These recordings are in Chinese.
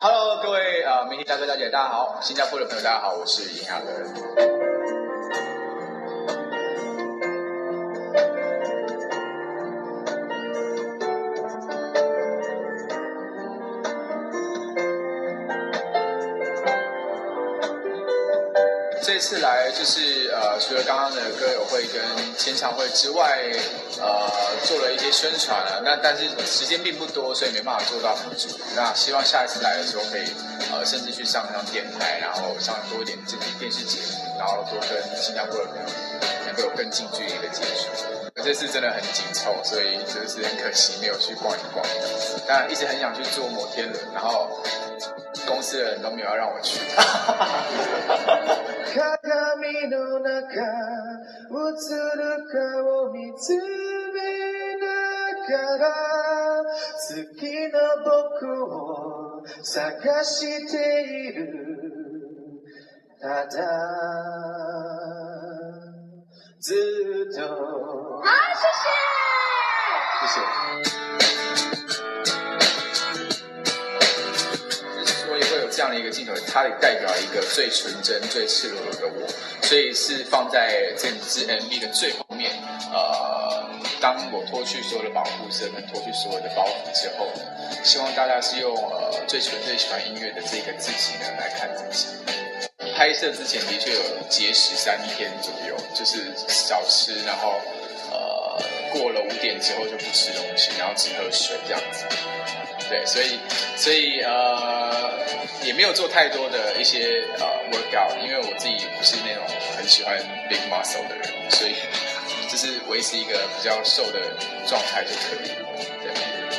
Hello， 各位媒体大哥大姐，大家好；新加坡的朋友大家好，我是尹雅德。这次来就是除了刚刚的歌友会跟签唱会之外，做了一些宣传啊。但是时间并不多，所以没办法做到很足。那希望下一次来的时候可以甚至去上电台，然后上多一点这些电视节目，然后多跟新加坡的朋友能够有更近距离的接触。这次真的很紧凑，所以就是很可惜没有去逛一逛。但一直很想去坐摩天轮，然后公司的人都没有要让我去。鏡の中映る顔見つめながら好きな僕を探しているただずっと好，谢谢。这样的一个镜头，它也代表一个最纯真、最赤裸裸的我，所以是放在这支 MV 的最后面。当我脱去所有的保护色，跟脱去所有的包袱之后，希望大家是用最纯最喜欢音乐的这个自己呢来看自己。拍摄之前的确有节食3天左右，就是少吃，然后过了5点之后就不吃东西，然后只喝水这样子。对，所以也没有做太多的一些workout， 因为我自己不是那种很喜欢 big muscle 的人，所以就是维持一个比较瘦的状态就可以了。对，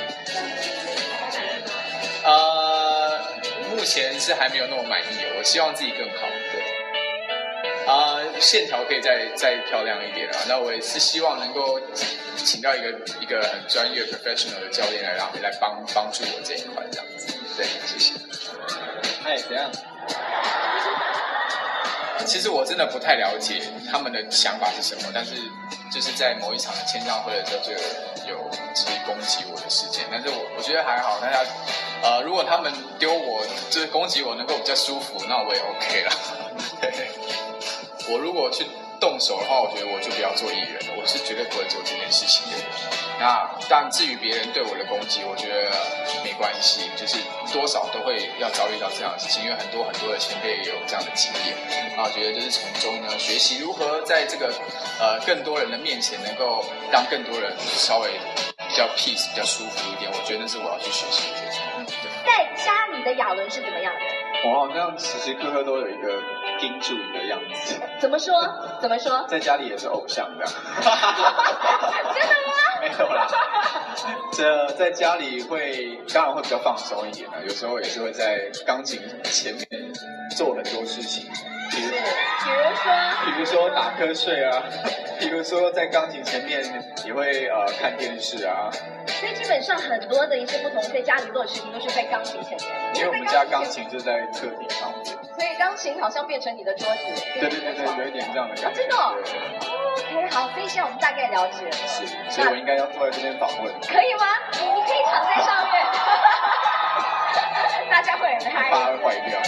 目前是还没有那么满意，我希望自己更好。对，线条可以再漂亮一点啊。那我也是希望能够请到一个很专业 professional 的教练来帮助我这一块这样子。对，谢谢。 哎，怎样？ 其实我真的不太了解他们的想法是什么，但是就是在某一场的签唱会的时候就有其实攻击我的事件，但是我觉得还好，大家如果他们丢我就是攻击我能够比较舒服，那我也 OK 了。对，我如果去动手的话，我觉得我就不要做艺人了，我是绝对不会做这件事情的。那但至于别人对我的攻击，我觉得没关系，就是多少都会要遭遇到这样的事情，因为很多的前辈也有这样的经验。那我觉得就是从中呢学习如何在这个更多人的面前能够让更多人稍微比较 peace 比较舒服一点，我觉得那是我要去学习的。 在家里的亚伦是怎么样的？ 我好像时时刻刻都有一个盯住你的样子。 怎么说？怎么说？ 在家里也是偶像的。 真的吗？ 没有啦。这在家里当然会比较放松一点啦，有时候也是会在钢琴前面做很多事情，比如说打瞌睡啊，比如说在钢琴前面也会看电视啊。 所以基本上很多的一些不同在家里做的事情都是在钢琴前面， 因为我们家钢琴就在客厅旁边， 所以钢琴好像变成你的桌子。 对，有一点这样的感觉。 真的哦。OK， 好，所以现在我们大概了解了。 是，所以我应该要坐在这边访问。 可以吗？你可以躺在上面，大家会很嗨。 怕会坏掉。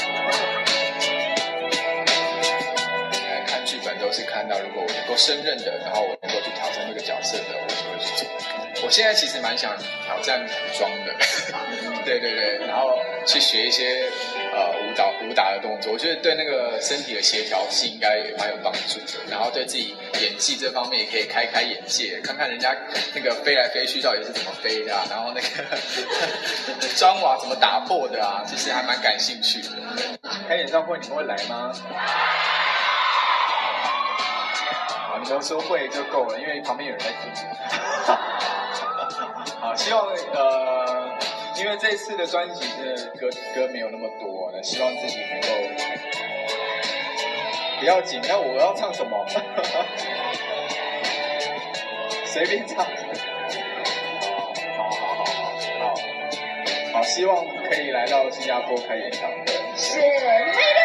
看剧本都是看到，如果我能够胜任的，然后我能够去挑战这个角色的，我就会去做。我现在其实蛮想挑战古装的，对，然后去学一些武打的动作，我觉得对那个身体的协调性应该也蛮有帮助的，然后对自己演技这方面也可以开眼界，看看人家那个飞来飞去到底是怎么飞的啊，然后那个砖瓦怎么打破的啊，其实还蛮感兴趣的。 开演唱会你们会来吗？你们说会就够了，因为旁边有人在听。好，希望因为这次的专辑的歌没有那么多，那希望自己能够不要紧。那我要唱什么？随便唱。好，希望可以来到新加坡开演唱会。 是，你们一定